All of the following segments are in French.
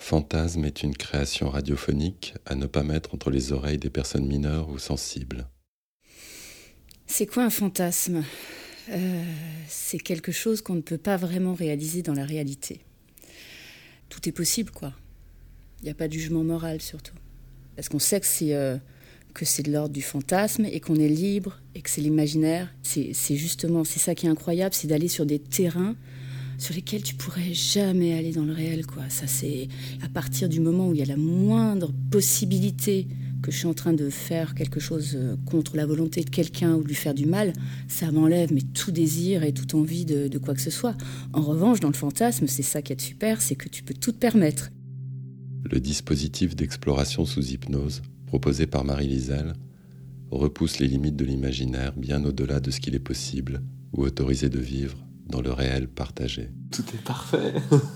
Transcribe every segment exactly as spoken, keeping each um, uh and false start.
Fantasme est une création radiophonique à ne pas mettre entre les oreilles des personnes mineures ou sensibles. C'est quoi un fantasme ? euh, C'est quelque chose qu'on ne peut pas vraiment réaliser dans la réalité. Tout est possible, quoi. Il n'y a pas de jugement moral, surtout. Parce qu'on sait que c'est, euh, que c'est de l'ordre du fantasme et qu'on est libre et que c'est l'imaginaire. C'est, c'est justement, c'est ça qui est incroyable, c'est d'aller sur des terrains sur lesquels tu pourrais jamais aller dans le réel, quoi. Ça, c'est à partir du moment où il y a la moindre possibilité que je suis en train de faire quelque chose contre la volonté de quelqu'un ou de lui faire du mal, ça m'enlève mais tout désir et toute envie de, de quoi que ce soit. En revanche, dans le fantasme, c'est ça qui est super, c'est que tu peux tout te permettre. Le dispositif d'exploration sous hypnose, proposé par Marie Lisel, repousse les limites de l'imaginaire bien au-delà de ce qu'il est possible ou autorisé de vivre dans le réel partagé. Tout est parfait.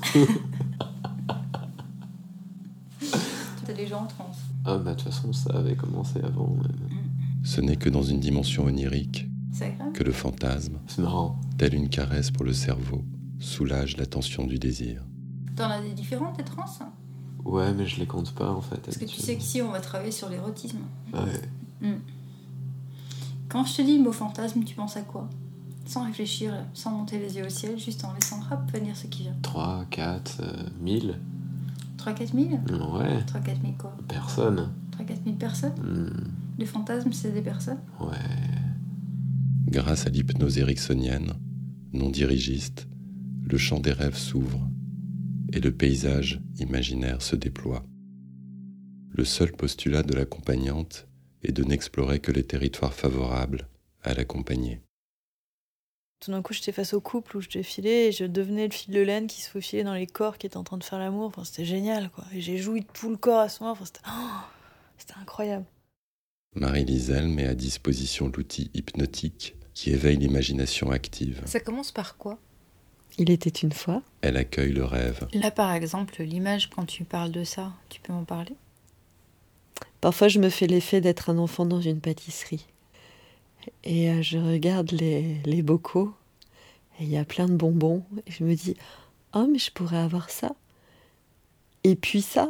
T'as des gens en transe. Ah bah de toute façon ça avait commencé avant. Ce n'est que dans une dimension onirique que le fantasme, c'est marrant, tel une caresse pour le cerveau, soulage la tension du désir. T'en as des différentes, des trans ? Ouais, mais je les compte pas en fait. Parce que tu sais qu'ici on va travailler sur l'érotisme. Ouais. Mm. Quand je te dis le mot fantasme, tu penses à quoi ? Sans réfléchir, sans monter les yeux au ciel, juste en laissant rap venir ce qui vient. trois, quatre, mille. trois à quatre mille ? Ouais. trois à quatre mille quoi ? Personnes. trois à quatre mille personnes ? Mm. Le fantasme, c'est des personnes ? Ouais. Grâce à l'hypnose ericksonienne, non dirigiste, le champ des rêves s'ouvre et le paysage imaginaire se déploie. Le seul postulat de l'accompagnante est de n'explorer que les territoires favorables à l'accompagner. Tout d'un coup, j'étais face au couple où je défilais et je devenais le fil de laine qui se faufilait dans les corps qui étaient en train de faire l'amour. Enfin, c'était génial, quoi. Et j'ai joui de tout le corps à ce moment. Enfin, c'était... Oh, c'était incroyable. Marie Lisel met à disposition l'outil hypnotique qui éveille l'imagination active. Ça commence par quoi ? Il était une fois. Elle accueille le rêve. Là, par exemple, l'image, quand tu parles de ça, tu peux m'en parler ? Parfois, je me fais l'effet d'être un enfant dans une pâtisserie. Et euh, je regarde les, les bocaux, et il y a plein de bonbons, et je me dis « Oh, mais je pourrais avoir ça. Et puis ça.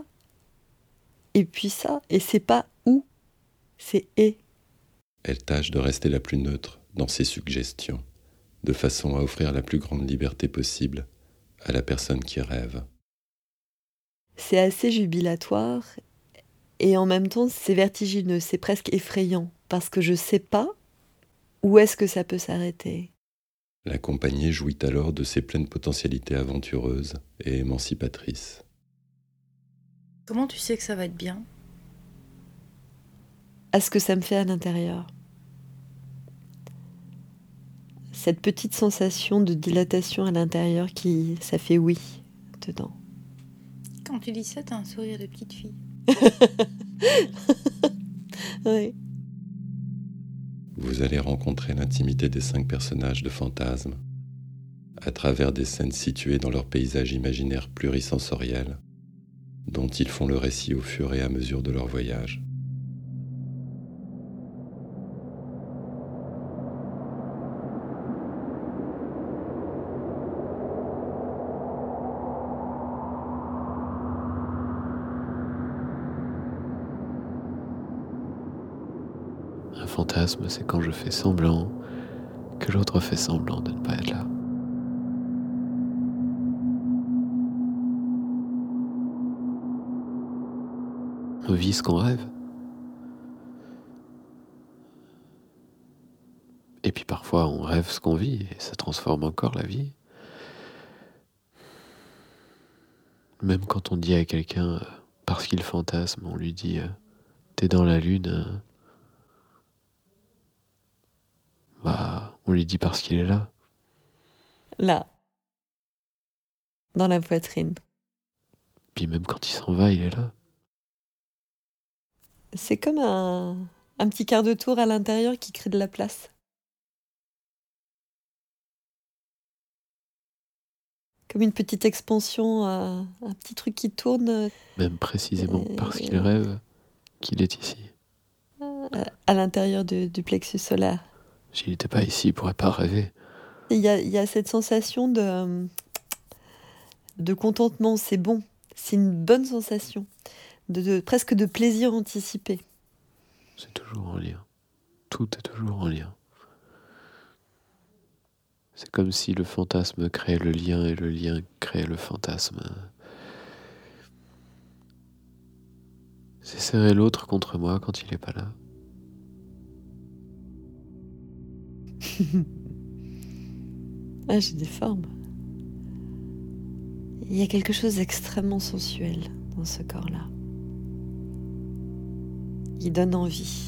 Et puis ça. Et c'est pas où, c'est et. » Elle tâche de rester la plus neutre dans ses suggestions, de façon à offrir la plus grande liberté possible à la personne qui rêve. C'est assez jubilatoire, et en même temps, c'est vertigineux, c'est presque effrayant, parce que je sais pas où est-ce que ça peut s'arrêter. L'accompagnée jouit alors de ses pleines potentialités aventureuses et émancipatrices. Comment tu sais que ça va être bien ? À ce que ça me fait à l'intérieur. Cette petite sensation de dilatation à l'intérieur qui, ça fait oui, dedans. Quand tu dis ça, t'as un sourire de petite fille. Oui. Vous allez rencontrer l'intimité des cinq personnages de Fantasme à travers des scènes situées dans leur paysage imaginaire plurisensoriel dont ils font le récit au fur et à mesure de leur voyage. Un fantasme, c'est quand je fais semblant que l'autre fait semblant de ne pas être là. On vit ce qu'on rêve. Et puis parfois on rêve ce qu'on vit et ça transforme encore la vie. Même quand on dit à quelqu'un, euh, parce qu'il fantasme, on lui dit euh, « t'es dans la lune euh, », bah, on lui dit parce qu'il est là. Là. Dans la poitrine. Puis même quand il s'en va, il est là. C'est comme un, un petit quart de tour à l'intérieur qui crée de la place. Comme une petite expansion, euh, un petit truc qui tourne. Même précisément euh, parce qu'il rêve qu'il est ici. Euh, à l'intérieur de, du plexus solaire. S'il n'était pas ici, il ne pourrait pas rêver. Il y a, il y a cette sensation de, de contentement, c'est bon. C'est une bonne sensation, de, de, presque de plaisir anticipé. C'est toujours en lien. Tout est toujours en lien. C'est comme si le fantasme créait le lien et le lien créait le fantasme. C'est serrer l'autre contre moi quand il n'est pas là. Ah, j'ai des formes. Il y a quelque chose d'extrêmement sensuel dans ce corps-là. Il donne envie.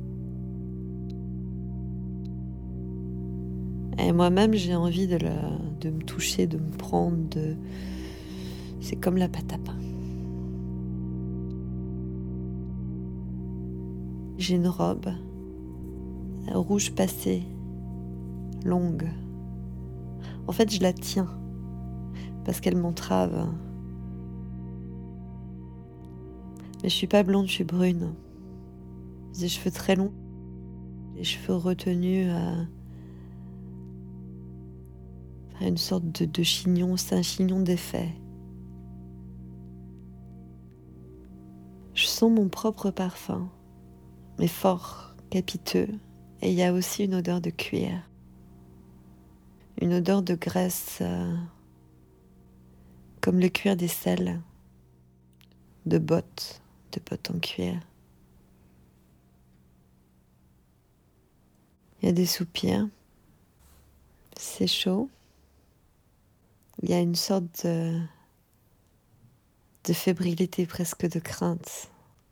Et moi-même, j'ai envie de, la, de me toucher, de me prendre. De... C'est comme la pâte à pain. J'ai une robe rouge passée, longue. En fait, je la tiens parce qu'elle m'entrave. Mais je suis pas blonde, je suis brune. J'ai des cheveux très longs, les cheveux retenus à, à une sorte de, de chignon. C'est un chignon d'effet. Je sens mon propre parfum, mais fort, capiteux, et il y a aussi une odeur de cuir, une odeur de graisse, euh, comme le cuir des selles, de bottes, de bottes en cuir. Il y a des soupirs, c'est chaud, il y a une sorte de, de fébrilité, presque de crainte.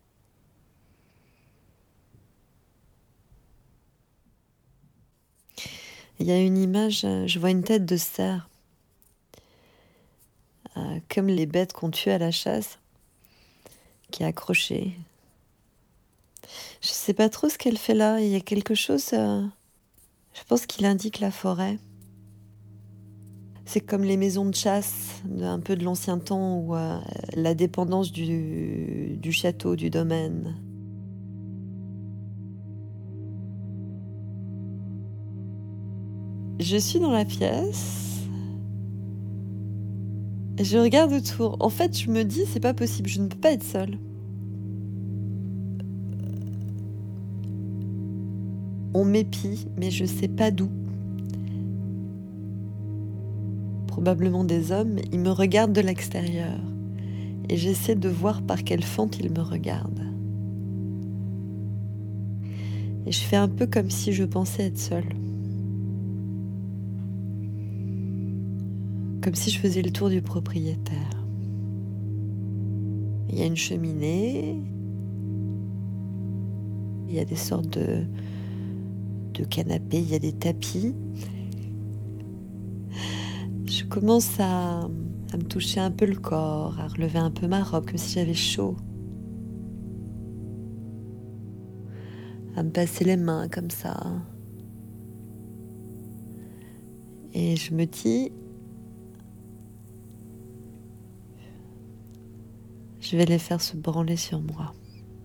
Il y a une image, je vois une tête de cerf, euh, comme les bêtes qu'on tue à la chasse, qui est accrochée. Je ne sais pas trop ce qu'elle fait là, il y a quelque chose, euh, je pense qu'il indique la forêt. C'est comme les maisons de chasse, un peu de l'ancien temps, ou euh, la dépendance du, du château, du domaine. Je suis dans la pièce, je regarde autour. En fait, je me dis, c'est pas possible, je ne peux pas être seule. On m'épie, mais je sais pas d'où. Probablement des hommes, ils me regardent de l'extérieur. Et j'essaie de voir par quelle fente ils me regardent. Et je fais un peu comme si je pensais être seule. Comme si je faisais le tour du propriétaire. Il y a une cheminée, il y a des sortes de, de canapés, il y a des tapis. Je commence à, à me toucher un peu le corps, à relever un peu ma robe, comme si j'avais chaud. À me passer les mains comme ça. Et je me dis... Je vais les faire se branler sur moi.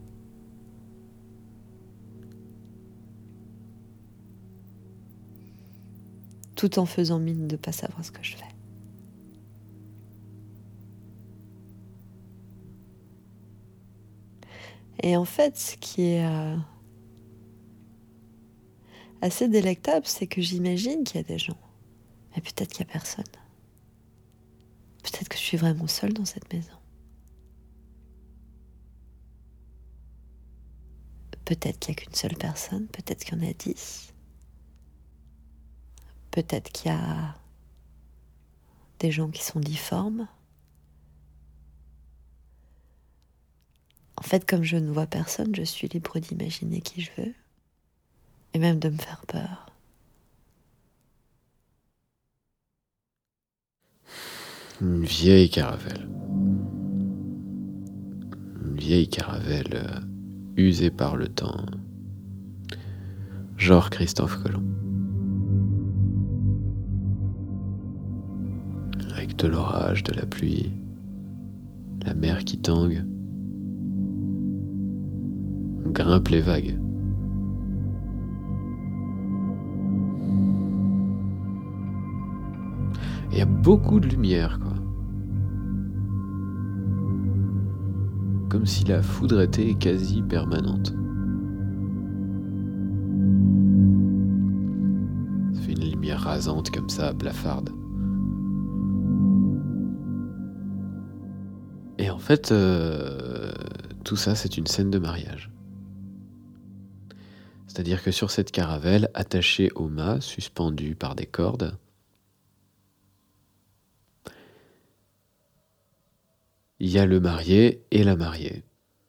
Tout en faisant mine de ne pas savoir ce que je fais. Et en fait, ce qui est euh, assez délectable, c'est que j'imagine qu'il y a des gens. Mais peut-être qu'il n'y a personne. Peut-être que je suis vraiment seule dans cette maison. Peut-être qu'il n'y a qu'une seule personne, peut-être qu'il y en a dix. Peut-être qu'il y a des gens qui sont difformes. En fait, comme je ne vois personne, je suis libre d'imaginer qui je veux. Et même de me faire peur. Une vieille caravelle. Une vieille caravelle... Euh... usé par le temps, genre Christophe Colomb. Avec de l'orage, de la pluie, la mer qui tangue, on grimpe les vagues. Il y a beaucoup de lumière, quoi. comme si la foudre était quasi permanente. Ça fait une lumière rasante comme ça, blafarde. Et en fait, euh, tout ça, c'est une scène de mariage. C'est-à-dire que sur cette caravelle, attachée au mât, suspendue par des cordes, il y a le marié et la mariée.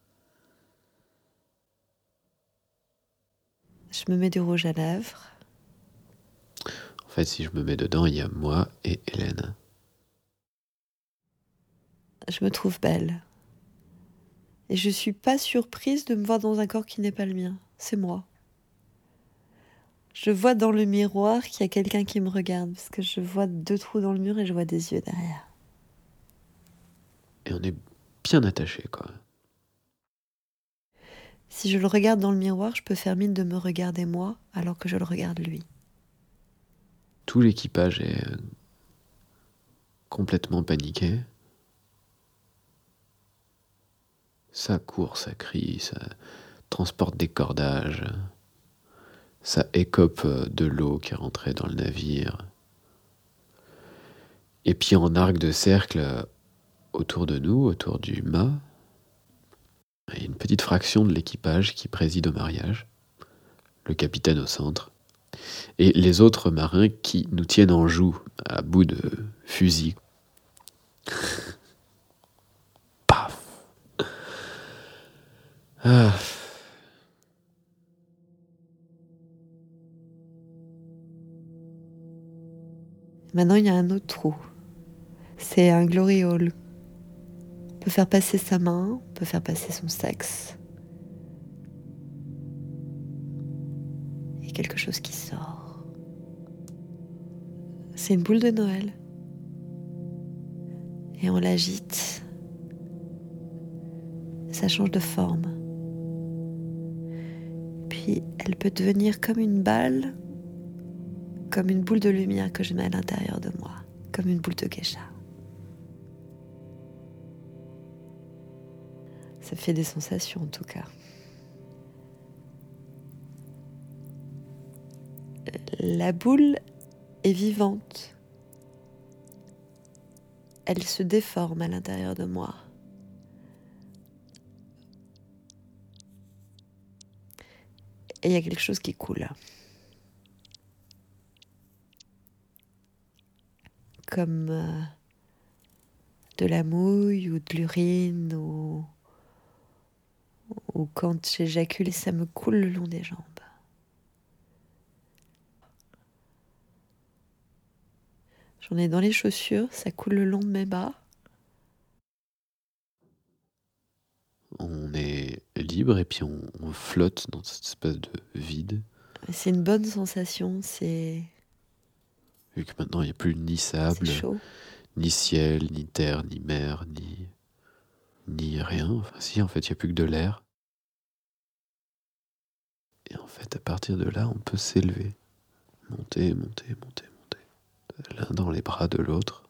Je me mets du rouge à lèvres. En fait, si je me mets dedans, il y a moi et Hélène. Je me trouve belle. Et je suis pas surprise de me voir dans un corps qui n'est pas le mien. C'est moi. Je vois dans le miroir qu'il y a quelqu'un qui me regarde, parce que je vois deux trous dans le mur et je vois des yeux derrière. Et on est bien attachés, quoi. Si je le regarde dans le miroir, je peux faire mine de me regarder moi, alors que je le regarde lui. Tout l'équipage est complètement paniqué. Ça court, ça crie, ça transporte des cordages, ça écope de l'eau qui est rentrée dans le navire. Et puis en arc de cercle, autour de nous, autour du mât, il y a une petite fraction de l'équipage qui préside au mariage, le capitaine au centre, et les autres marins qui nous tiennent en joue à bout de fusil. Paf. Ah. Maintenant, il y a un autre trou. C'est un glory hole. On peut faire passer sa main, on peut faire passer son sexe. Il y a quelque chose qui sort. C'est une boule de Noël. Et on l'agite. Ça change de forme. Puis elle peut devenir comme une balle, comme une boule de lumière que je mets à l'intérieur de moi, comme une boule de geisha. Ça fait des sensations en tout cas. La boule est vivante. Elle se déforme à l'intérieur de moi. Et il y a quelque chose qui coule. Comme euh, de la mouille ou de l'urine ou, ou quand j'éjacule, ça me coule le long des jambes. J'en ai dans les chaussures, ça coule le long de mes bas. On est libre et puis on, on flotte dans cette espèce de vide. C'est une bonne sensation, c'est... Vu que maintenant il n'y a plus ni sable, c'est chaud. ni ciel, ni terre, ni mer, ni, ni rien. Enfin si, en fait, il n'y a plus que de l'air. Et en fait, à partir de là, on peut s'élever. Monter, monter, monter, monter. L'un dans les bras de l'autre.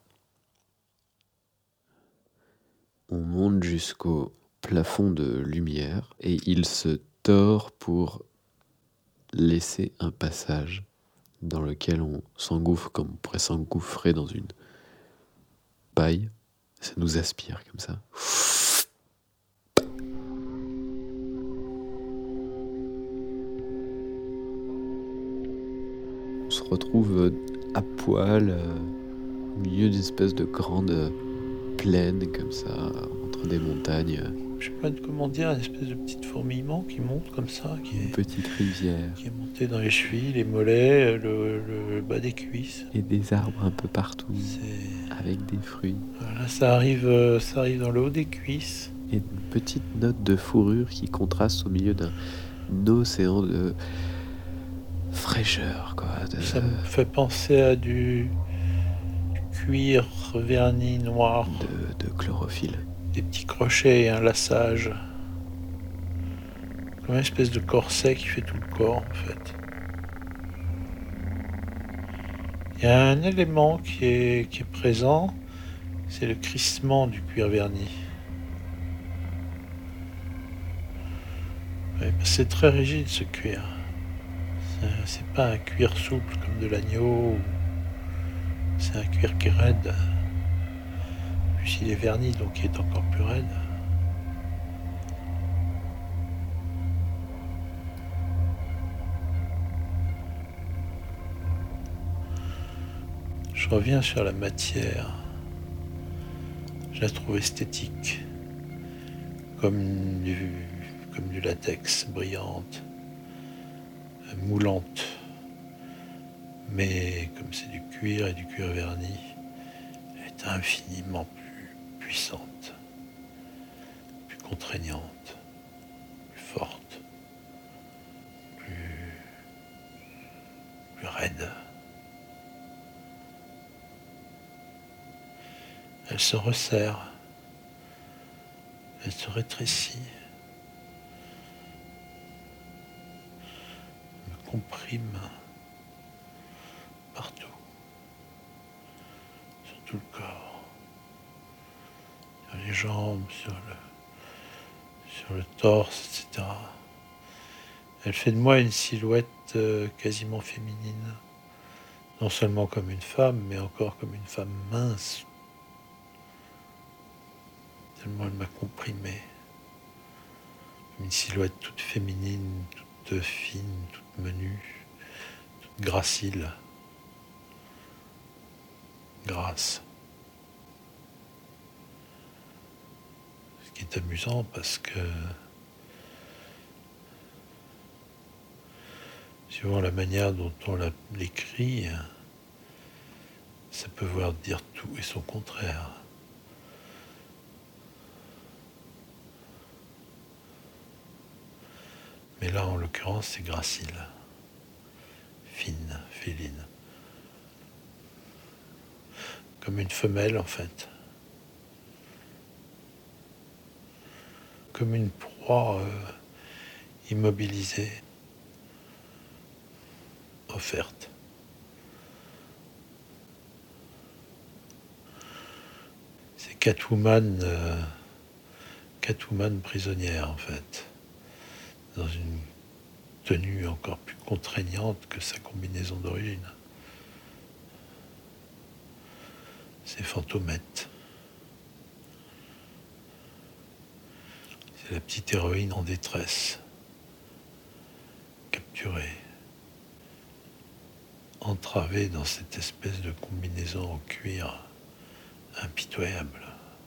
On monte jusqu'au plafond de lumière et il se tord pour laisser un passage dans lequel on s'engouffre comme on pourrait s'engouffrer dans une paille. Ça nous aspire comme ça. On se retrouve à poil au milieu d'une espèce de grande plaine comme ça, entre des montagnes. Je sais pas comment dire, une espèce de petit fourmillement qui monte comme ça, qui Une est, petite rivière. qui est monté dans les chevilles, les mollets, le, le bas des cuisses. Et des arbres un peu partout, C'est... avec des fruits. Voilà, ça arrive, euh, ça arrive dans le haut des cuisses. Et une petite note de fourrure qui contraste au milieu d'un océan de fraîcheur, quoi. De... Ça me fait penser à du, du cuir verni noir, de, de chlorophylle. des petits crochets et un lassage. Comme une espèce de corset qui fait tout le corps, en fait. Il y a un élément qui est, qui est présent, c'est le crissement du cuir verni. Ouais, bah c'est très rigide ce cuir. C'est, c'est pas un cuir souple comme de l'agneau. C'est un cuir qui est raide. Puis il est verni, donc il est encore plus raide. Je reviens sur la matière. Je la trouve esthétique, comme du, comme du latex, brillante, moulante. Mais comme c'est du cuir et du cuir verni, elle est infiniment plus puissante, plus contraignante, plus forte, plus, plus raide. Elle se resserre, elle se rétrécit, me comprime partout, sur tout le corps, sur les jambes, sur le, sur le torse, et cetera. Elle fait de moi une silhouette euh, quasiment féminine, non seulement comme une femme, mais encore comme une femme mince. Tellement elle m'a comprimé. Une silhouette toute féminine, toute fine, toute menue, toute gracile. Grasse. Ce qui est amusant parce que suivant la manière dont on l'écrit, ça peut vouloir dire tout et son contraire. Mais là, en l'occurrence, c'est gracile, fine, féline. Comme une femelle, en fait. Comme une proie euh, immobilisée, offerte. C'est Catwoman, euh, Catwoman prisonnière, en fait. Dans une tenue encore plus contraignante que sa combinaison d'origine. C'est Fantomette. C'est la petite héroïne en détresse, capturée, entravée dans cette espèce de combinaison en cuir impitoyable.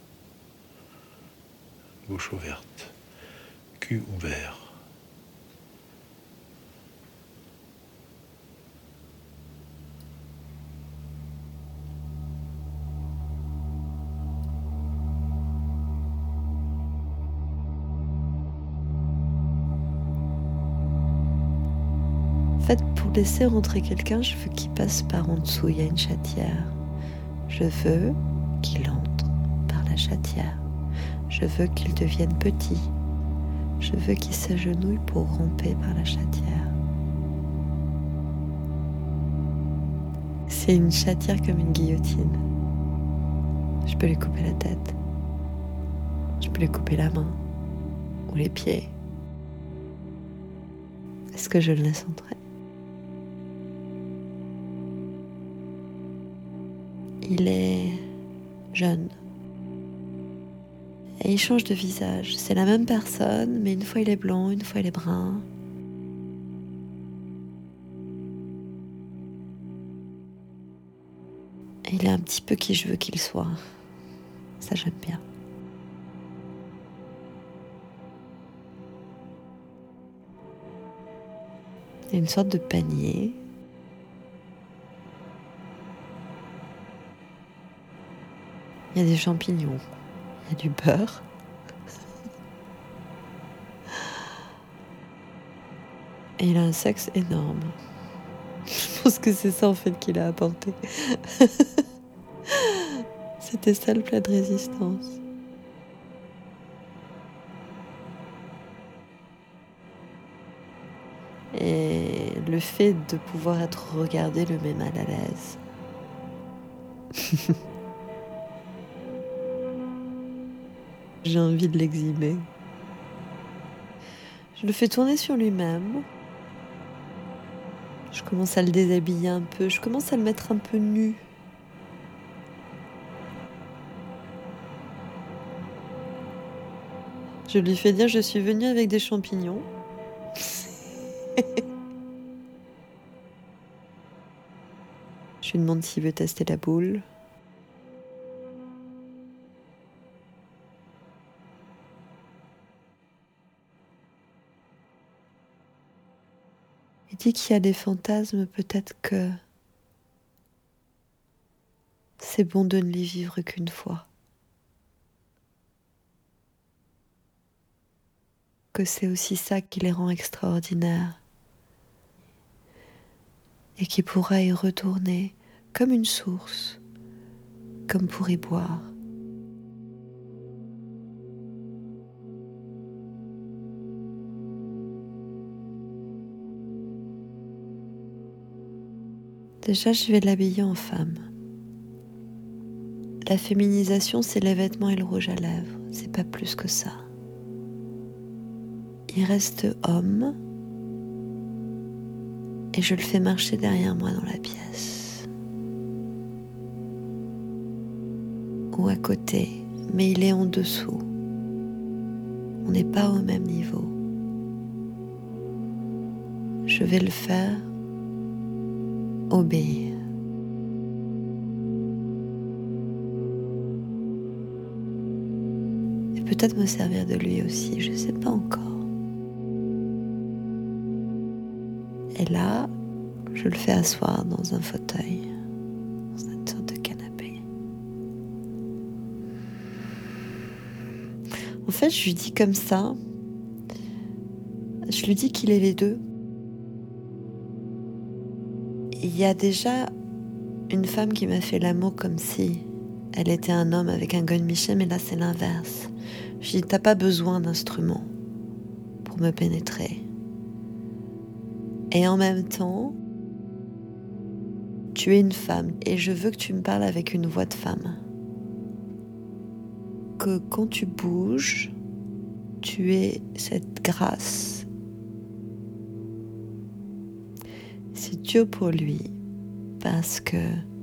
Bouche ouverte, cul ouvert. En fait, pour laisser rentrer quelqu'un, je veux qu'il passe par en dessous. Il y a une chatière. Je veux qu'il entre par la chatière. Je veux qu'il devienne petit. Je veux qu'il s'agenouille pour ramper par la chatière. C'est une chatière comme une guillotine. Je peux lui couper la tête. Je peux lui couper la main ou les pieds. Est-ce que je le laisse entrer ? Il est jeune. Et il change de visage. C'est la même personne, mais une fois il est blanc, une fois il est brun. Et il est un petit peu qui je veux qu'il soit. Ça, j'aime bien. Il y a une sorte de panier. Il y a des champignons. Il y a du beurre. Et il a un sexe énorme. Je pense que c'est ça en fait qu'il a apporté. C'était ça le plat de résistance. Et le fait de pouvoir être regardé le met mal à l'aise. J'ai envie de l'exhiber. Je le fais tourner sur lui-même. Je commence à le déshabiller un peu, je commence à le mettre un peu nu. Je lui fais dire, je suis venue avec des champignons. Je lui demande s'il veut tester la boule. Il dit qu'il y a des fantasmes, peut-être que c'est bon de ne les vivre qu'une fois. Que c'est aussi ça qui les rend extraordinaires. Et qui pourra y retourner comme une source, comme pour y boire. Déjà, je vais l'habiller en femme. La féminisation, c'est les vêtements et le rouge à lèvres. C'est pas plus que ça. Il reste homme et je le fais marcher derrière moi dans la pièce. Ou à côté, mais il est en dessous. On n'est pas au même niveau. Je vais le faire obéir. Et peut-être me servir de lui aussi, je ne sais pas encore. Et là, je le fais asseoir dans un fauteuil, dans une sorte de canapé. En fait, je lui dis comme ça, je lui dis qu'il est les deux. Il y a déjà une femme qui m'a fait l'amour comme si elle était un homme avec un gun Michel, mais là c'est l'inverse. Je dis, t'as pas besoin d'instruments pour me pénétrer. Et en même temps, tu es une femme et je veux que tu me parles avec une voix de femme. Que quand tu bouges, tu aies cette grâce. C'est dur pour lui parce que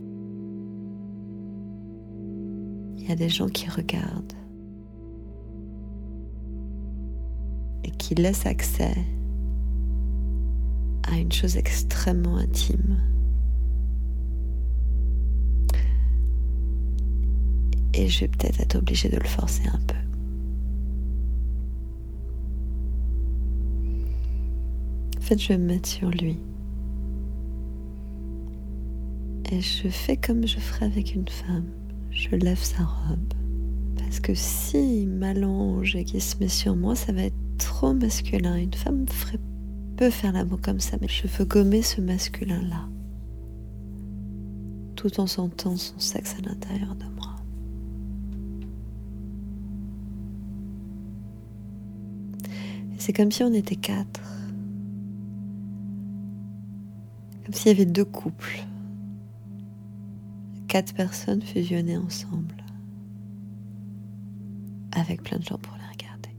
il y a des gens qui regardent et qui laissent accès à une chose extrêmement intime. Et je vais peut-être être obligée de le forcer un peu. En fait, je vais me mettre sur lui. Et je fais comme je ferais avec une femme. Je lève sa robe. Parce que s'il m'allonge et qu'il se met sur moi, ça va être trop masculin. Une femme ferait, peut faire l'amour comme ça, mais je veux gommer ce masculin-là. Tout en sentant son sexe à l'intérieur de moi. Et c'est comme si on était quatre. Comme s'il y avait deux couples. Quatre personnes fusionnées ensemble, avec plein de gens pour les regarder.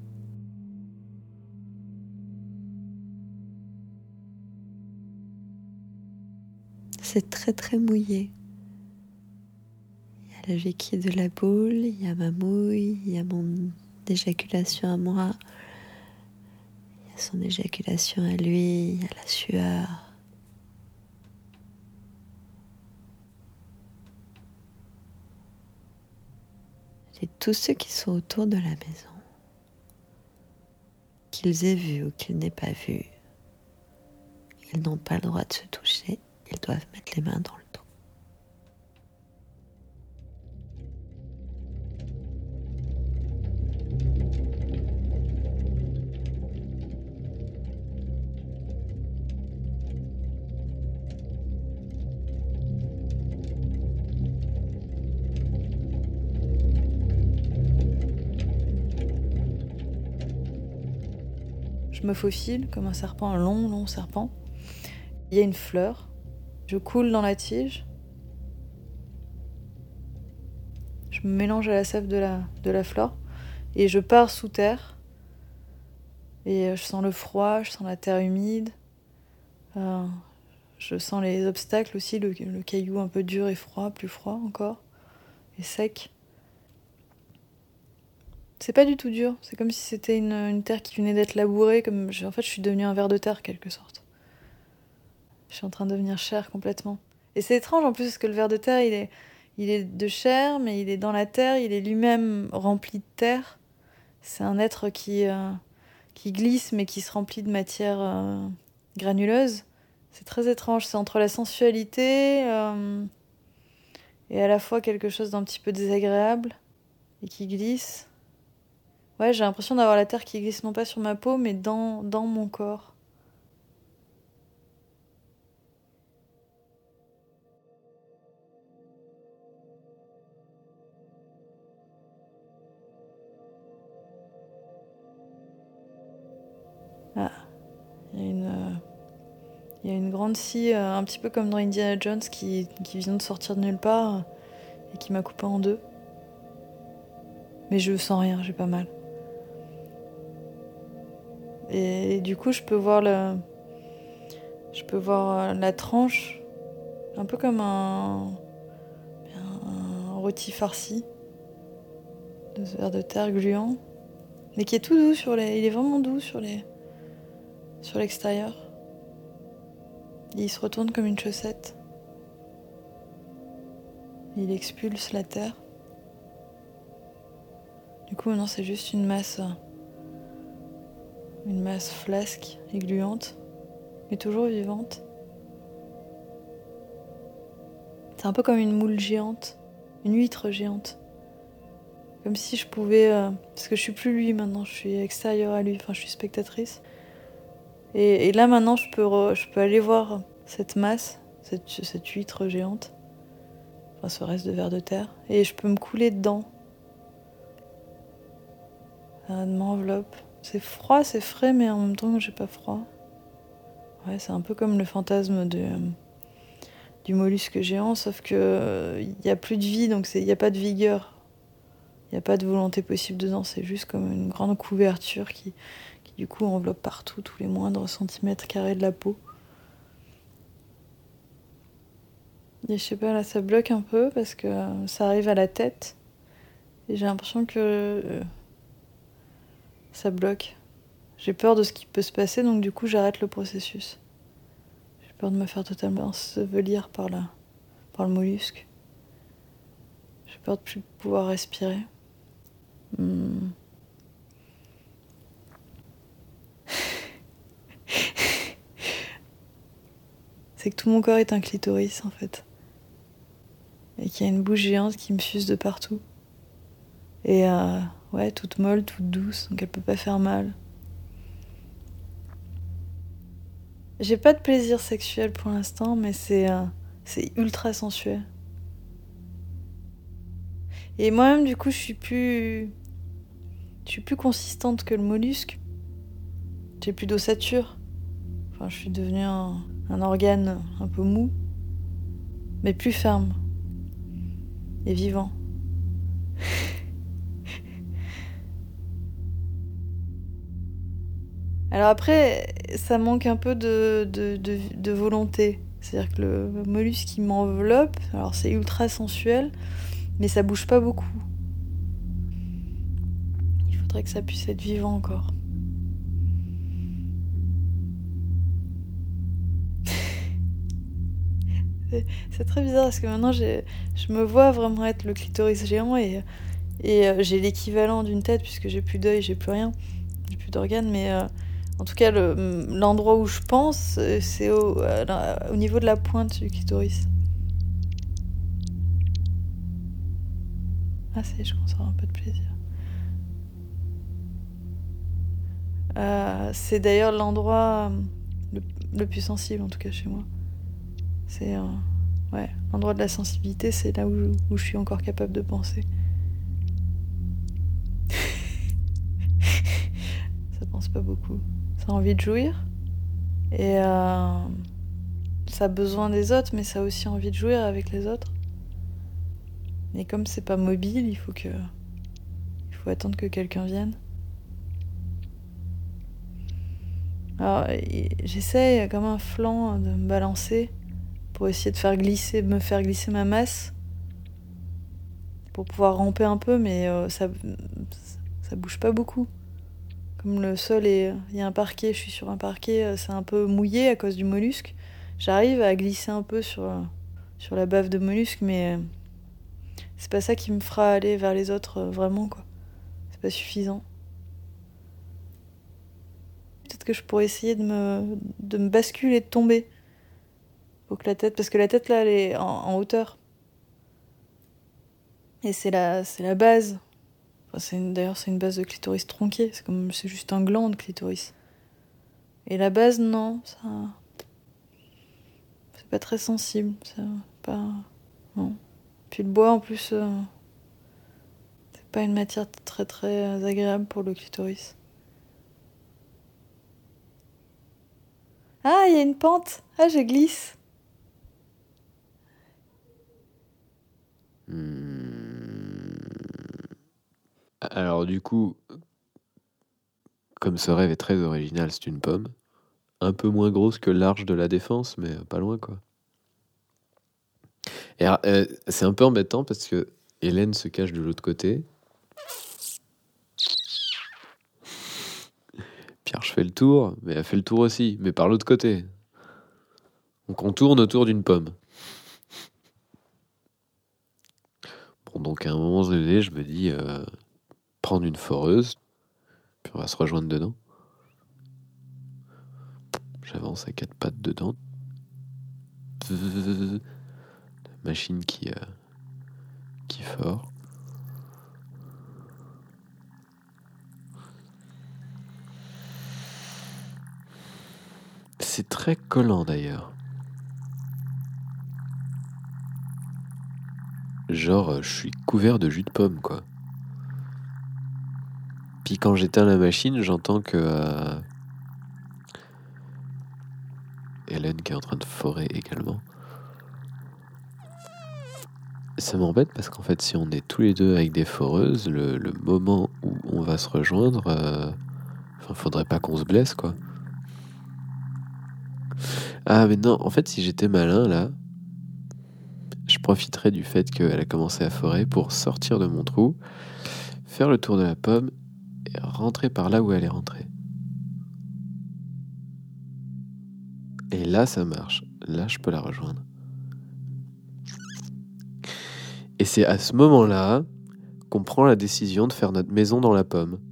C'est très très mouillé. Il y a le liquide de la boule, il y a ma mouille, il y a mon éjaculation à moi, il y a son éjaculation à lui, il y a la sueur. Et tous ceux qui sont autour de la maison, qu'ils aient vu ou qu'ils n'aient pas vu, ils n'ont pas le droit de se toucher, ils doivent mettre les mains dans le dos. Je me faufile comme un serpent, un long, long serpent. Il y a une fleur. Je coule dans la tige. Je me mélange à la sève de la, de la fleur. Et je pars sous terre Et je sens le froid, je sens la terre humide. Euh, je sens les obstacles aussi, le, le caillou un peu dur et froid, plus froid encore, et sec. C'est pas du tout dur, c'est comme si c'était une, une terre qui venait d'être labourée, comme je, en fait je suis devenue un ver de terre quelque sorte. Je suis en train de devenir chair complètement. Et c'est étrange en plus parce que le ver de terre il est, il est de chair, mais il est dans la terre, il est lui-même rempli de terre. C'est un être qui, euh, qui glisse mais qui se remplit de matière euh, granuleuse. C'est très étrange, c'est entre la sensualité euh, et à la fois quelque chose d'un petit peu désagréable et qui glisse. Ouais, j'ai l'impression d'avoir la terre qui glisse non pas sur ma peau, mais dans, dans mon corps. Ah, il y a une, euh, il y a une grande scie, euh, un petit peu comme dans Indiana Jones, qui, qui vient de sortir de nulle part euh, et qui m'a coupé en deux. Mais je sens rien, j'ai pas mal. Et, et du coup, je peux voir le, je peux voir la tranche, un peu comme un, un rôti farci de ce ver de terre gluant, mais qui est tout doux sur les, il est vraiment doux sur les, sur l'extérieur. Il se retourne comme une chaussette. Il expulse la terre. Du coup, maintenant, c'est juste une masse, une masse flasque et gluante, mais toujours vivante. C'est un peu comme une moule géante, une huître géante. Comme si je pouvais... Euh, parce que je suis plus lui maintenant, je suis extérieure à lui, enfin je suis spectatrice. Et, et là maintenant je peux, re, je peux aller voir cette masse, cette, cette huître géante, enfin ce reste de ver de terre, et je peux me couler dedans. Ça m'enveloppe. C'est froid, c'est frais, mais en même temps j'ai pas froid. Ouais, c'est un peu comme le fantasme de... Euh, du mollusque géant, sauf que il euh, n'y a plus de vie, donc il n'y a pas de vigueur. Il n'y a pas de volonté possible dedans, c'est juste comme une grande couverture qui, qui du coup enveloppe partout, tous les moindres centimètres carrés de la peau. Et je sais pas, là ça bloque un peu parce que ça arrive à la tête. Et j'ai l'impression que euh, ça bloque. J'ai peur de ce qui peut se passer, donc du coup j'arrête le processus. J'ai peur de me faire totalement ensevelir par, la, par le mollusque. J'ai peur de plus pouvoir respirer. Hmm. C'est que tout mon corps est un clitoris en fait. Et qu'il y a une bouche géante qui me fuse de partout. Et euh, ouais, toute molle, toute douce, donc elle peut pas faire mal. J'ai pas de plaisir sexuel pour l'instant, mais c'est, euh, c'est ultra sensuel. Et moi-même, du coup, je suis plus... Je suis plus consistante que le mollusque. J'ai plus d'ossature. Enfin, je suis devenue un, un organe un peu mou, mais plus ferme et vivant. Alors après, ça manque un peu de, de, de, de volonté. C'est-à-dire que le mollusque qui m'enveloppe, alors c'est ultra sensuel, mais ça bouge pas beaucoup. Il faudrait que ça puisse être vivant encore. c'est, c'est très bizarre parce que maintenant j'ai, je me vois vraiment être le clitoris géant et, et euh, j'ai l'équivalent d'une tête puisque j'ai plus d'œil, j'ai plus rien, j'ai plus d'organes, mais... Euh, En tout cas, le, l'endroit où je pense, c'est au, au niveau de la pointe du clitoris. Ah, ça y est, je commence à avoir un peu de plaisir. Euh, c'est d'ailleurs l'endroit le, le plus sensible, en tout cas chez moi. C'est euh, ouais, l'endroit de la sensibilité, c'est là où, où je suis encore capable de penser. Ça pense pas beaucoup. Ça a envie de jouir. Et euh, ça a besoin des autres, mais ça a aussi envie de jouir avec les autres. Et comme c'est pas mobile, il faut que... Il faut attendre que quelqu'un vienne. Alors, j'essaye comme un flanc de me balancer pour essayer de faire glisser, me faire glisser ma masse pour pouvoir ramper un peu, mais euh, ça, ça bouge pas beaucoup. Comme le sol est, il y a un parquet, je suis sur un parquet, c'est un peu mouillé à cause du mollusque. J'arrive à glisser un peu sur, sur la bave de mollusque, mais c'est pas ça qui me fera aller vers les autres vraiment, quoi. C'est pas suffisant. Peut-être que je pourrais essayer de me, de me basculer et de tomber. Faut que la tête, parce que la tête là, elle est en, en hauteur. Et c'est la, c'est la base. Enfin, c'est une, d'ailleurs, c'est une base de clitoris tronqué. C'est comme, c'est juste un gland de clitoris. Et la base, non, ça, c'est pas très sensible. Ça, pas, non. Puis le bois, en plus, euh, c'est pas une matière très très agréable pour le clitoris. Ah, il y a une pente. Ah, je glisse. Hmm. Alors du coup, comme ce rêve est très original, c'est une pomme. Un peu moins grosse que l'arche de la Défense, mais pas loin, quoi. Et alors, euh, c'est un peu embêtant parce que Hélène se cache de l'autre côté. Pierre, je fais le tour, mais elle fait le tour aussi, mais par l'autre côté. Donc on tourne autour d'une pomme. Bon, donc à un moment donné, je me dis, euh, prendre une foreuse, puis on va se rejoindre dedans. J'avance à quatre pattes dedans. La machine qui, euh, qui fort. C'est très collant d'ailleurs. Genre, je suis couvert de jus de pomme, quoi. Puis quand j'éteins la machine, j'entends que euh, Hélène qui est en train de forer également. Ça m'embête parce qu'en fait, si on est tous les deux avec des foreuses, le, le moment où on va se rejoindre, euh, enfin, faudrait pas qu'on se blesse, quoi. Ah, mais non, en fait, si j'étais malin, là, je profiterais du fait qu'elle a commencé à forer pour sortir de mon trou, faire le tour de la pomme et rentrer par là où elle est rentrée. Et là, ça marche. Là, je peux la rejoindre. Et c'est à ce moment-là qu'on prend la décision de faire notre maison dans la pomme.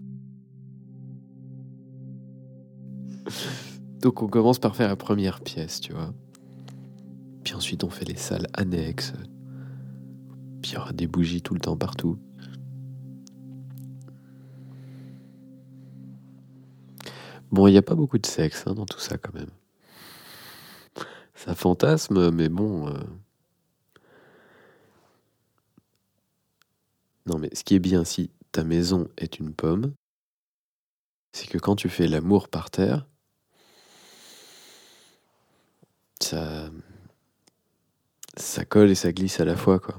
Donc on commence par faire la première pièce, tu vois. Puis ensuite on fait les salles annexes. Puis il y aura des bougies tout le temps partout. Bon, il n'y a pas beaucoup de sexe hein, dans tout ça quand même. Ça fantasme, mais bon... Euh... Non mais ce qui est bien si ta maison est une pomme, c'est que quand tu fais l'amour par terre, ça... ça colle et ça glisse à la fois, quoi.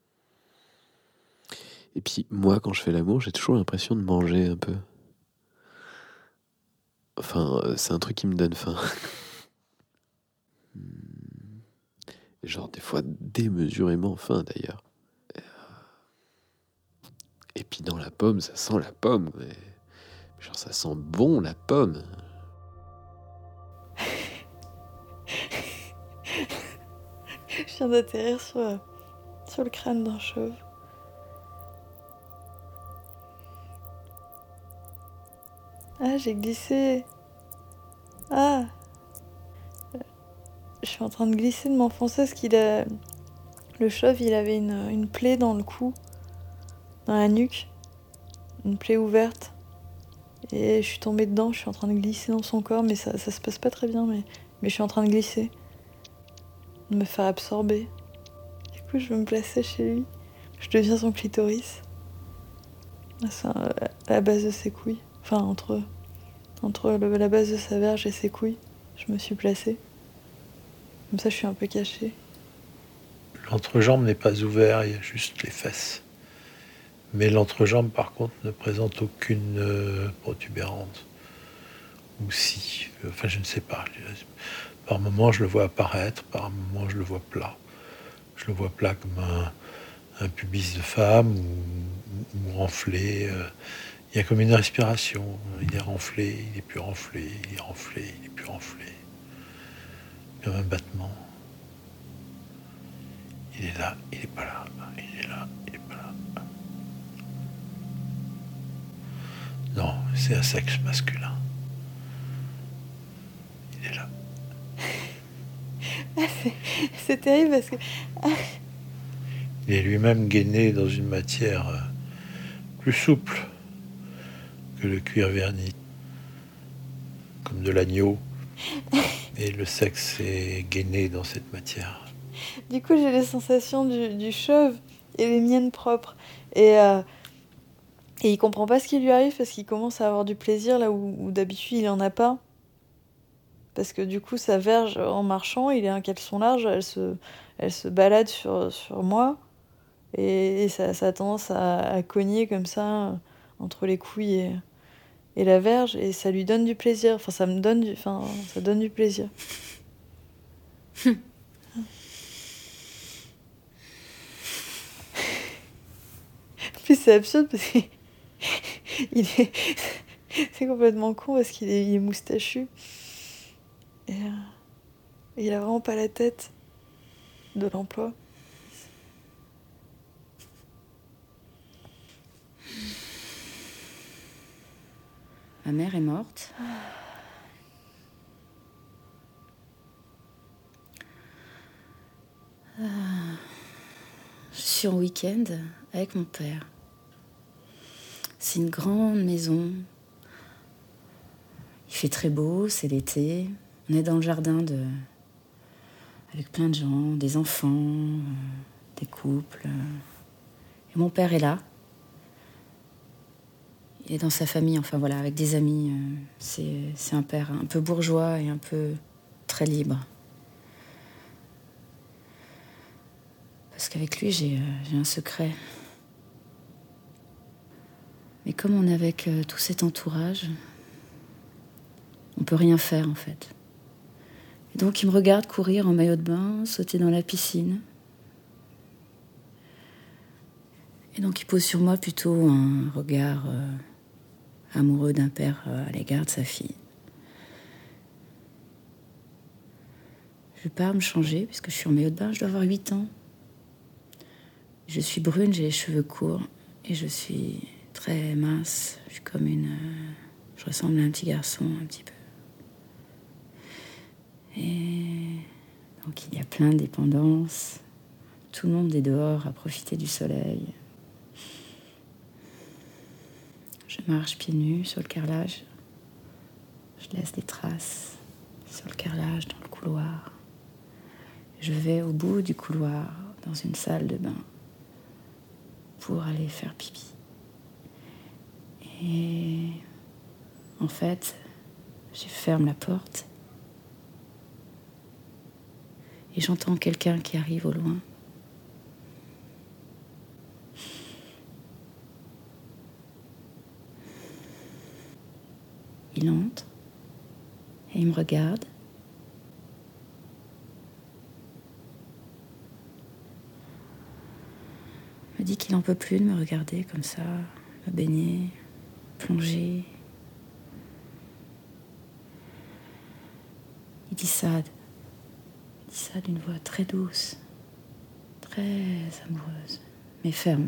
Et puis, moi, quand je fais l'amour, j'ai toujours l'impression de manger un peu. Enfin, c'est un truc qui me donne faim. Genre, des fois, démesurément faim, d'ailleurs. Et puis, dans la pomme, ça sent la pomme. Mais... genre, ça sent bon, la pomme. Je viens d'atterrir sur, sur le crâne d'un chauve. Ah, j'ai glissé. Ah. Je suis en train de glisser, de m'enfoncer parce qu'il a... Le chauve, il avait une, une plaie dans le cou, dans la nuque. Une plaie ouverte. Et je suis tombée dedans, je suis en train de glisser dans son corps, mais ça, ça se passe pas très bien, mais, mais je suis en train de glisser. De me faire absorber. Du coup, je veux me placer chez lui. Je deviens son clitoris. C'est à la base de ses couilles. Enfin, entre, entre le, la base de sa verge et ses couilles, je me suis placée. Comme ça, je suis un peu cachée. L'entrejambe n'est pas ouvert, il y a juste les fesses. Mais l'entrejambe, par contre, ne présente aucune euh, protubérance ou si. Enfin, je ne sais pas. Par moments, je le vois apparaître, par moments, je le vois plat. Je le vois plat comme un, un pubis de femme ou, ou, ou renflé. Il y a comme une respiration. Il est renflé, il est plus renflé, il est renflé, il est plus renflé. Comme un battement. Il est là, il n'est pas là. Il est là, il n'est pas là. Non, c'est un sexe masculin. Il est là. c'est, c'est terrible parce que... Il est lui-même gainé dans une matière plus souple que le cuir verni, comme de l'agneau. Et le sexe est gainé dans cette matière. Du coup, j'ai les sensations du, du chauve et les miennes propres. Et, euh, et il comprend pas ce qui lui arrive parce qu'il commence à avoir du plaisir là où, où d'habitude il en a pas. Parce que du coup, sa verge, en marchant, il est un caleçon large, elle se, elle se balade sur, sur moi. Et, et ça, ça a tendance à, à cogner comme ça, entre les couilles et, et la verge. Et ça lui donne du plaisir. Enfin, ça me donne du, enfin, ça donne du plaisir. Puis c'est absurde parce qu'il est... c'est complètement con parce qu'il est, il est moustachu. Et euh, il a vraiment pas la tête de l'emploi. Ma mère est morte. Ah. Je suis en week-end avec mon père. C'est une grande maison. Il fait très beau, c'est l'été. On est dans le jardin de... avec plein de gens, des enfants, euh, des couples. Et mon père est là. Il est dans sa famille, enfin voilà, avec des amis. C'est, c'est un père un peu bourgeois et un peu très libre. Parce qu'avec lui, j'ai, j'ai un secret. Mais comme on est avec tout cet entourage, on peut rien faire en fait. Et donc il me regarde courir en maillot de bain, sauter dans la piscine. Et donc il pose sur moi plutôt un regard euh, amoureux d'un père euh, à l'égard de sa fille. Je pars me changer, puisque je suis en maillot de bain, je dois avoir huit ans. Je suis brune, j'ai les cheveux courts, et je suis très mince. Je suis comme une... Euh, je ressemble à un petit garçon, un petit peu. Et donc il y a plein de dépendances. Tout le monde est dehors à profiter du soleil. Je marche pieds nus sur le carrelage. Je laisse des traces sur le carrelage, dans le couloir. Je vais au bout du couloir, dans une salle de bain, pour aller faire pipi. Et en fait, je ferme la porte et j'entends quelqu'un qui arrive au loin. Il entre et il me regarde. Il me dit qu'il n'en peut plus de me regarder comme ça, me baigner, plonger. Il dit ça, il dit ça d'une voix très douce, très amoureuse, mais ferme.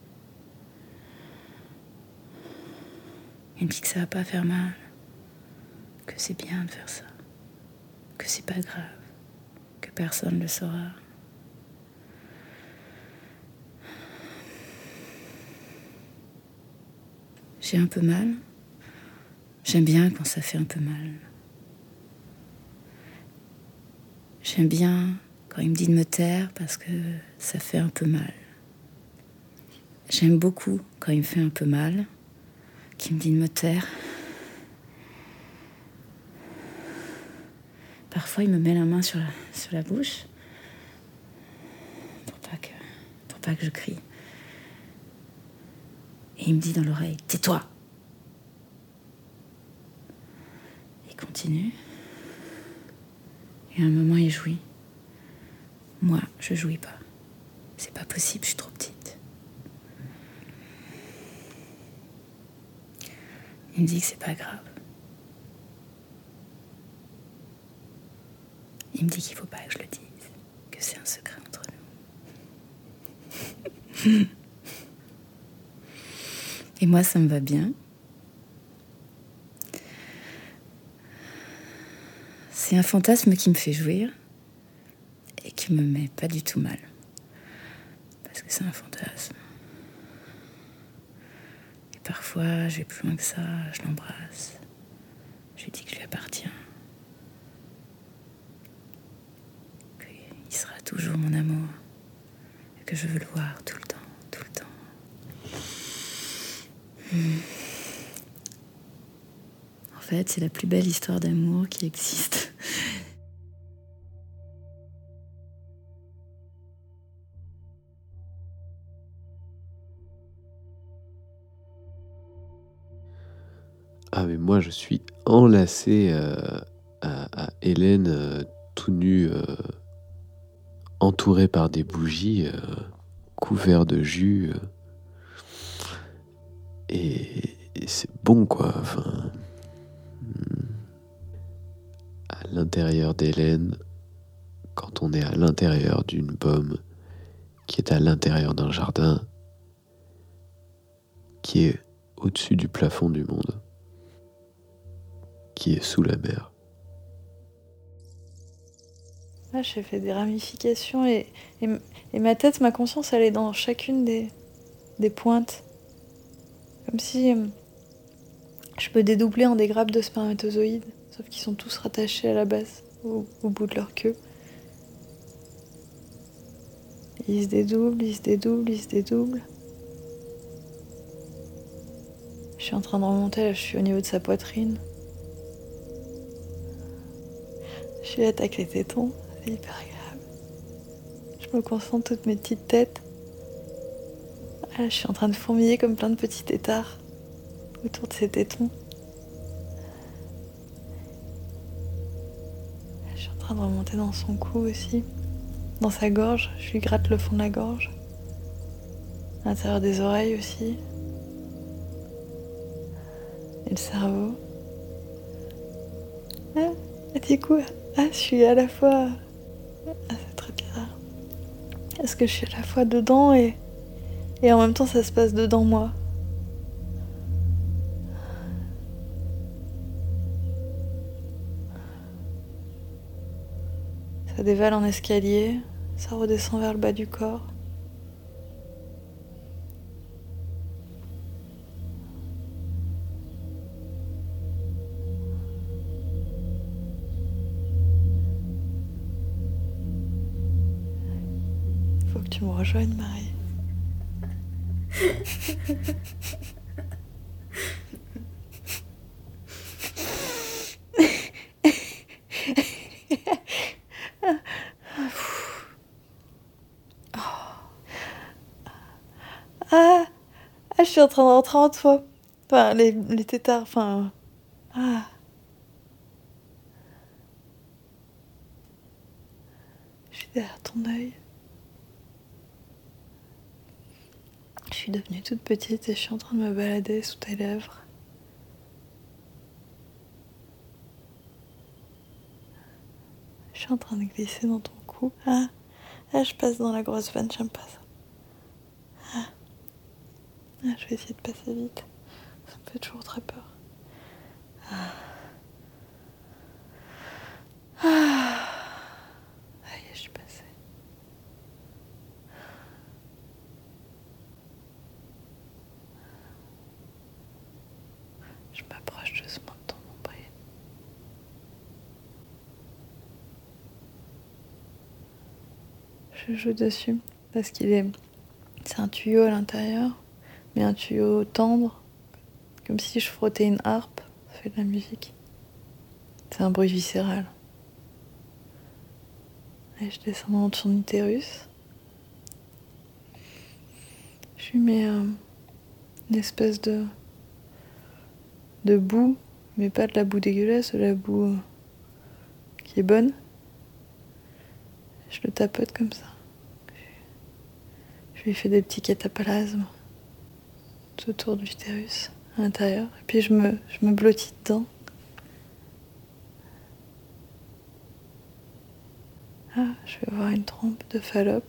Il me dit que ça va pas faire mal, que c'est bien de faire ça, que c'est pas grave, que personne ne le saura. J'ai un peu mal. J'aime bien quand ça fait un peu mal. J'aime bien quand il me dit de me taire parce que ça fait un peu mal. J'aime beaucoup quand il me fait un peu mal, qu'il me dit de me taire. Parfois, il me met la main sur la, sur la bouche pour pas que, pour pas que je crie. Et il me dit dans l'oreille, tais-toi. continue. Et à un moment, il jouit. Moi, je jouis pas. C'est pas possible, je suis trop petite. Il me dit que c'est pas grave. Il me dit qu'il faut pas que je le dise, que c'est un secret entre nous. Et moi, ça me va bien. C'est un fantasme qui me fait jouir et qui me met pas du tout mal. Parce que c'est un fantasme. Et parfois, je vais plus loin que ça, je l'embrasse. Je lui dis que je lui appartiens. Qu'il sera toujours mon amour. Et que je veux le voir tout le temps, tout le temps. Hmm. En fait, c'est la plus belle histoire d'amour qui existe. Ah mais moi je suis enlacé euh, à, à Hélène euh, tout nu, euh, entouré par des bougies, euh, couvert de jus. Euh, et, et c'est bon quoi. Enfin, à l'intérieur d'Hélène, quand on est à l'intérieur d'une pomme qui est à l'intérieur d'un jardin qui est au-dessus du plafond du monde, qui est sous la mer. Là, j'ai fait des ramifications et, et, et ma tête, ma conscience, elle est dans chacune des, des pointes. Comme si euh, je peux dédoubler en des grappes de spermatozoïdes, sauf qu'ils sont tous rattachés à la base, au, au bout de leur queue. Ils se dédoublent, ils se dédoublent, ils se dédoublent. Je suis en train de remonter, là, je suis au niveau de sa poitrine. Je lui attaque les tétons, c'est hyper agréable. Je me concentre toutes mes petites têtes. Là, je suis en train de fourmiller comme plein de petits têtards autour de ses tétons. Là, je suis en train de remonter dans son cou aussi, dans sa gorge. Je lui gratte le fond de la gorge, à l'intérieur des oreilles aussi, et le cerveau. Ah, et du coup, ah, je suis à la fois... Ah, c'est très bizarre. Est-ce que je suis à la fois dedans et... et en même temps ça se passe dedans moi? Ça dévale en escalier, ça redescend vers le bas du corps. Faut que tu me rejoignes, Marie. Ah, ah, je suis en train de rentrer en toi. Enfin, les, les tétards, enfin... Ah. Je suis derrière ton œil. Je suis devenue toute petite et je suis en train de me balader sous tes lèvres. Je suis en train de glisser dans ton cou. Ah, ah je passe dans la grosse veine, j'aime pas ça. Ah. Ah, je vais essayer de passer vite. Ça me fait toujours très peur. Ah. Ah. Ça y est, je suis passée. Je m'approche doucement de ton nombril. Je joue dessus parce qu'il est... C'est un tuyau à l'intérieur, mais un tuyau tendre, comme si je frottais une harpe. Ça fait de la musique. C'est un bruit viscéral. Et je descends dans son utérus. Je lui mets euh, une espèce de, de boue Mais pas de la boue dégueulasse, de la boue euh, qui est bonne. Je le tapote comme ça. Je lui fais des petits cataplasmes tout autour de l'utérus, à l'intérieur. Et puis je me, je me blottis dedans. Ah, je vais voir une trompe de Fallope.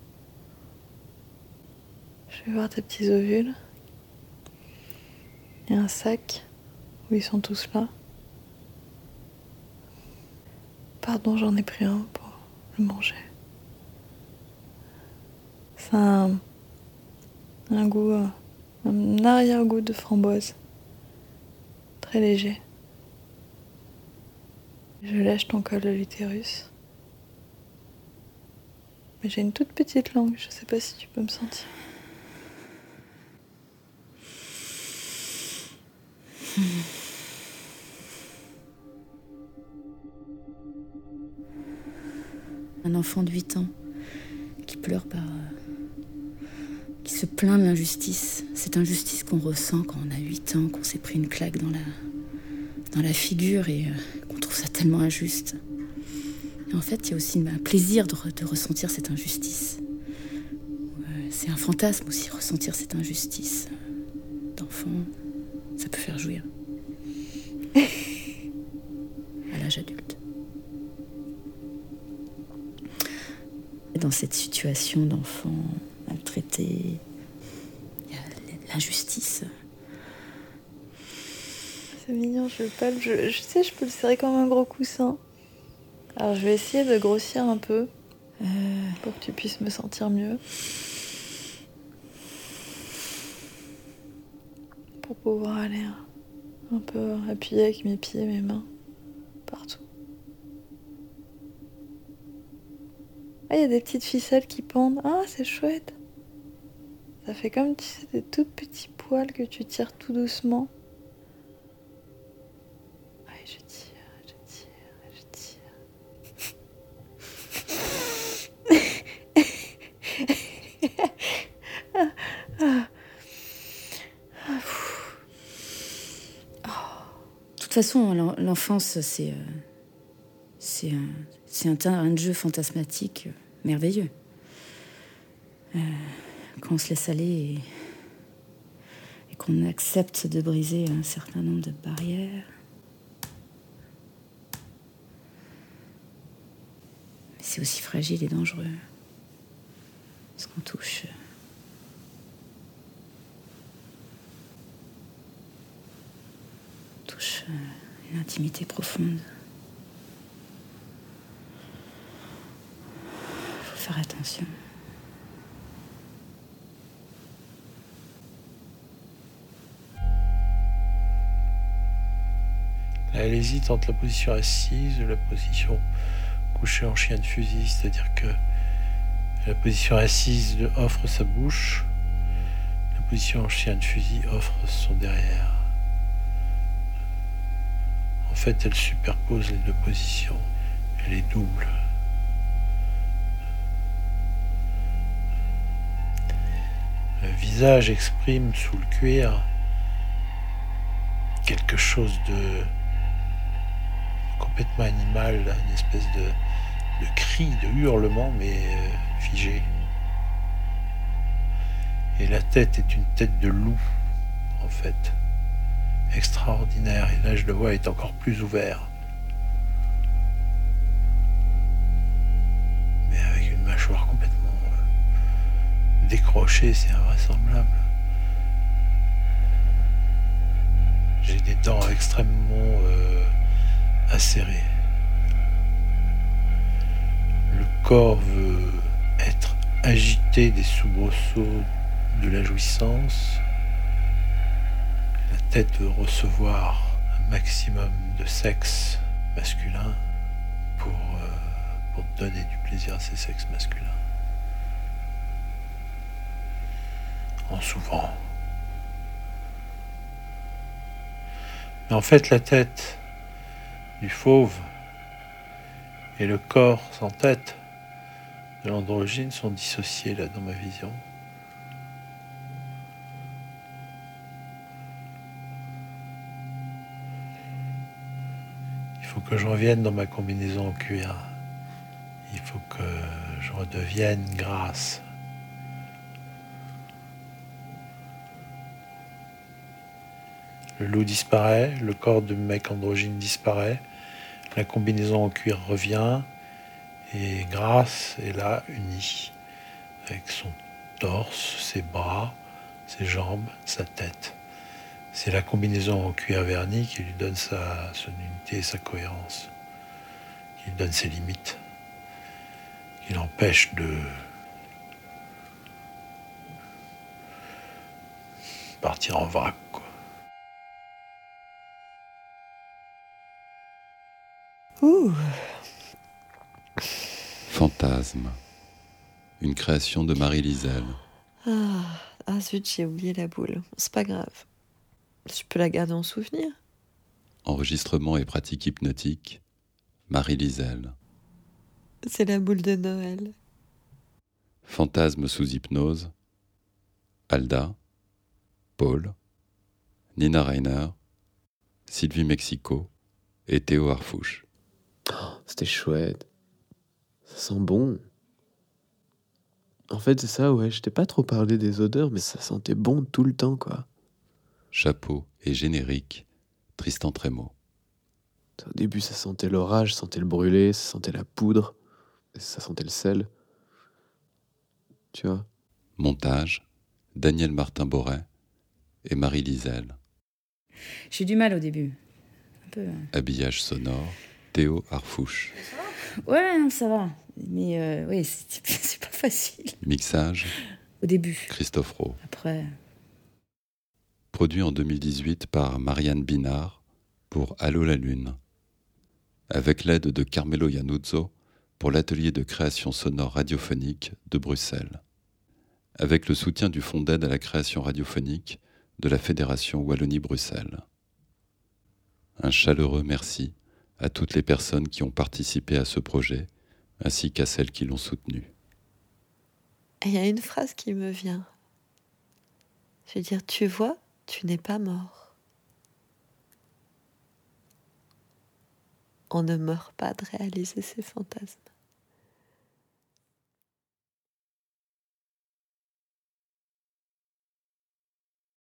Je vais voir tes petits ovules. Il y a un sac où ils sont tous là. Pardon, j'en ai pris un pour le manger. C'est un, un goût, un arrière-goût de framboise. Très léger. Je lèche ton col de l'utérus. Mais j'ai une toute petite langue, je sais pas si tu peux me sentir. Un enfant de huit ans qui pleure par... qui se plaint de l'injustice. Cette injustice qu'on ressent quand on a huit ans, qu'on s'est pris une claque dans la, dans la figure et euh, qu'on trouve ça tellement injuste. Et en fait, il y a aussi un plaisir de, re- de ressentir cette injustice. Euh, c'est un fantasme aussi, ressentir cette injustice d'enfant. Ça peut faire jouir. À l'âge adulte. Et dans cette situation d'enfant maltraité, il y a l'injustice. C'est mignon, je le palpe. Je, je sais, je peux le serrer comme un gros coussin. Alors je vais essayer de grossir un peu Euh, pour que tu puisses me sentir mieux. Pour pouvoir aller un, un peu appuyer avec mes pieds, mes mains, partout. Ah, il y a des petites ficelles qui pendent. Ah, c'est chouette. Ça fait comme, tu sais, des tout petits poils que tu tires tout doucement. Ah, et je tire, je tire, je tire. Ah, ah. Ah, pfff. De toute façon, l'en- l'enfance, c'est, euh, c'est, un, c'est un terrain de jeu fantasmatique euh, merveilleux. Euh, quand on se laisse aller et, et qu'on accepte de briser un certain nombre de barrières. Mais c'est aussi fragile et dangereux. Parce qu'on touche... euh, touche euh, une intimité profonde. Faut faire attention. Elle hésite entre la position assise ou la position couchée en chien de fusil, c'est-à-dire que la position assise offre sa bouche, la position en chien de fusil offre son derrière. En fait, elle superpose les deux positions, elle les double. Le visage exprime sous le cuir quelque chose de complètement animal, une espèce de, de cri, de hurlement, mais euh, figé. Et la tête est une tête de loup, en fait, extraordinaire. Et là, je le vois, est encore plus ouvert. Mais avec une mâchoire complètement euh, décrochée, c'est invraisemblable. J'ai des dents extrêmement euh, acérées. Le corps veut être agité des soubresauts de la jouissance. La tête veut recevoir un maximum de sexe masculin pour, euh, pour donner du plaisir à ces sexes masculins. En s'ouvrant. Mais en fait, la tête du fauve et le corps sans tête de l'androgyne sont dissociés là dans ma vision. faut que je revienne dans ma combinaison en cuir. Il faut que je redevienne Grâce. Le loup disparaît, le corps de mec androgyne disparaît, la combinaison en cuir revient, et Grâce est là, unie, avec son torse, ses bras, ses jambes, sa tête. C'est la combinaison en cuir verni qui lui donne sa, son unité et sa cohérence, qui lui donne ses limites, qui l'empêche de partir en vrac, quoi. Ouh. Fantasme. Une création de Marie Lisel. Ah, ah zut, j'ai oublié la boule. C'est pas grave. Je peux la garder en souvenir. Enregistrement et pratique hypnotique, Marie Lisel. C'est la boule de Noël. Fantasme sous hypnose, Alda, Paul, Nina Reiner, Sylvie Mexico et Théo Harfouche. Oh, c'était chouette. Ça sent bon. En fait, c'est ça, ouais. Je t'ai pas trop parlé des odeurs, mais ça sentait bon tout le temps, quoi. Chapeau et générique, Tristan Trémaux. Au début, ça sentait l'orage, ça sentait le brûlé, ça sentait la poudre, ça sentait le sel. Tu vois? Montage, Daniel Martin-Borret et Marie Lisel. J'ai eu du mal au début. Un peu. hein. Habillage sonore, Théo Harfouche. Ouais, non, ça va. Mais euh, oui, c'est, c'est pas facile. Mixage, Au début. Christophe Rowe. Après. Produit en deux mille dix-huit par Marianne Binard pour Allô la Lune. Avec l'aide de Carmelo Iannuzzo pour l'atelier de création sonore radiophonique de Bruxelles. Avec le soutien du Fonds d'aide à la création radiophonique de la Fédération Wallonie-Bruxelles. Un chaleureux merci à toutes les personnes qui ont participé à ce projet, ainsi qu'à celles qui l'ont soutenu. Et il y a une phrase qui me vient. Je veux dire, tu vois, tu n'es pas mort. On ne meurt pas de réaliser ses fantasmes.